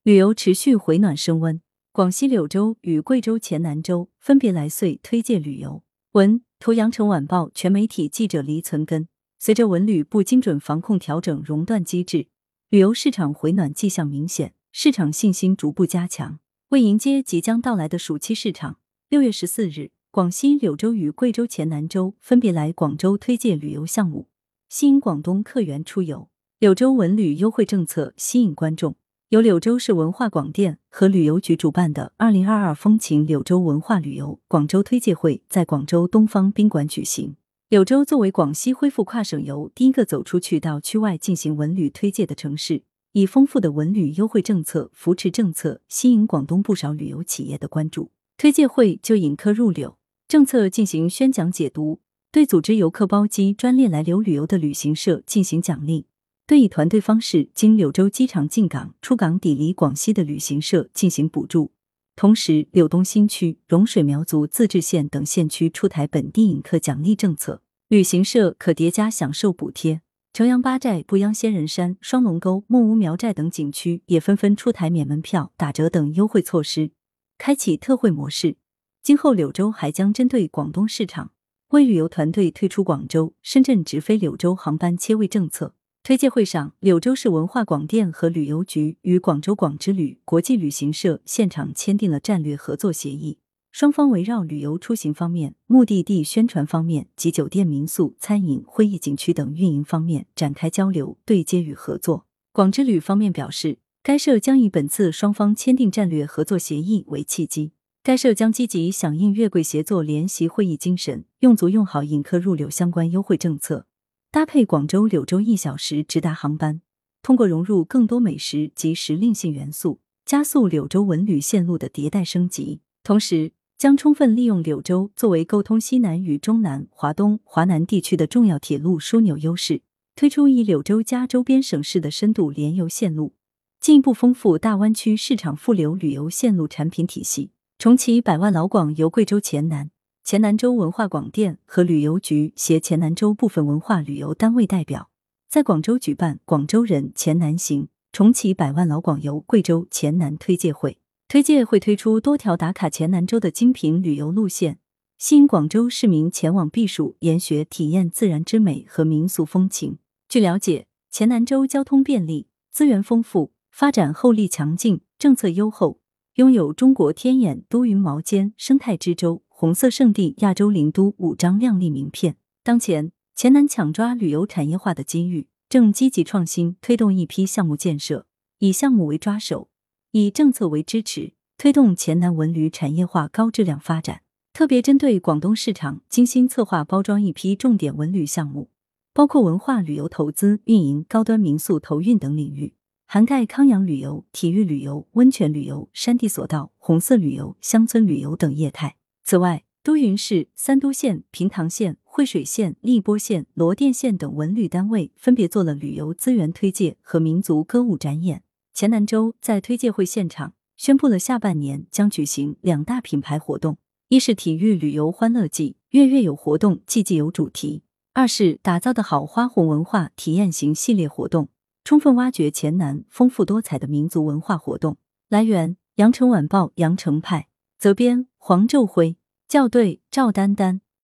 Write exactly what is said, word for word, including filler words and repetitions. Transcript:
旅游持续回暖升温，广西柳州与贵州黔南州分别来穗推介旅游。文图羊城晚报全媒体记者黎存根。随着文旅部精准防控调整熔断机制，旅游市场回暖迹象明显，市场信心逐步加强。为迎接即将到来的暑期市场，六月十四日，广西柳州与贵州黔南州分别来广州推介旅游项目，吸引广东客源出游。柳州文旅优惠政策吸引观众。由柳州市文化广电和旅游局主办的二零二二风情柳州文化旅游广州推介会在广州东方宾馆举行。柳州作为广西恢复跨省游第一个走出去到区外进行文旅推介的城市，以丰富的文旅优惠政策、扶持政策吸引广东不少旅游企业的关注。推介会就引客入柳政策进行宣讲解读，对组织游客包机专列来柳旅游的旅行社进行奖励，对以团队方式经柳州机场进港、出港抵离广西的旅行社进行补助。同时，柳东新区、融水苗族自治县等县区出台本地引客奖励政策，旅行社可叠加享受补贴。城阳八寨、不央仙人山、双龙沟、木屋苗寨等景区也纷纷出台免门票、打折等优惠措施，开启特惠模式。今后柳州还将针对广东市场，为旅游团队推出广州、深圳直飞柳州航班切位政策。推介会上，柳州市文化广电和旅游局与广州广之旅国际旅行社现场签订了战略合作协议，双方围绕旅游出行方面、目的地宣传方面及酒店民宿、餐饮、会议景区等运营方面展开交流、对接与合作。广之旅方面表示，该社将以本次双方签订战略合作协议为契机，该社将积极响应粤贵协作联席会议精神，用足用好引客入柳相关优惠政策，搭配广州柳州一小时直达航班，通过融入更多美食及时令性元素，加速柳州文旅线路的迭代升级。同时，将充分利用柳州作为沟通西南与中南、华东、华南地区的重要铁路枢纽优势，推出以柳州加周边省市的深度联游线路，进一步丰富大湾区市场副流旅游线路产品体系。重启百万老广游贵州黔南。黔南州文化广电和旅游局携黔南州部分文化旅游单位代表，在广州举办广州人黔南行，重启百万老广游贵州黔南推介会。推介会推出多条打卡黔南州的精品旅游路线，吸引广州市民前往避暑、研学、体验自然之美和民俗风情。据了解，黔南州交通便利，资源丰富，发展后力强劲，政策优厚，拥有中国天眼、都匀毛尖、生态之州、红色圣地、亚洲零都五张亮丽名片。当前，黔南抢抓旅游产业化的机遇，正积极创新推动一批项目建设，以项目为抓手，以政策为支持，推动黔南文旅产业化高质量发展。特别针对广东市场，精心策划包装一批重点文旅项目，包括文化旅游投资、运营、高端民宿投运等领域，涵盖康养旅游、体育旅游、温泉旅游、山地索道、红色旅游、乡村旅游等业态。此外，都匀市、三都县、平塘县、惠水县、荔波县、罗店县等文旅单位分别做了旅游资源推介和民族歌舞展演。黔南州在推介会现场宣布了下半年将举行两大品牌活动，一是体育旅游欢乐季，月月有活动，季季有主题；二是打造的好花红文化体验型系列活动，充分挖掘黔南丰富多彩的民族文化活动。来源：羊城晚报羊城派，责编：黄昼辉，校对：赵丹丹。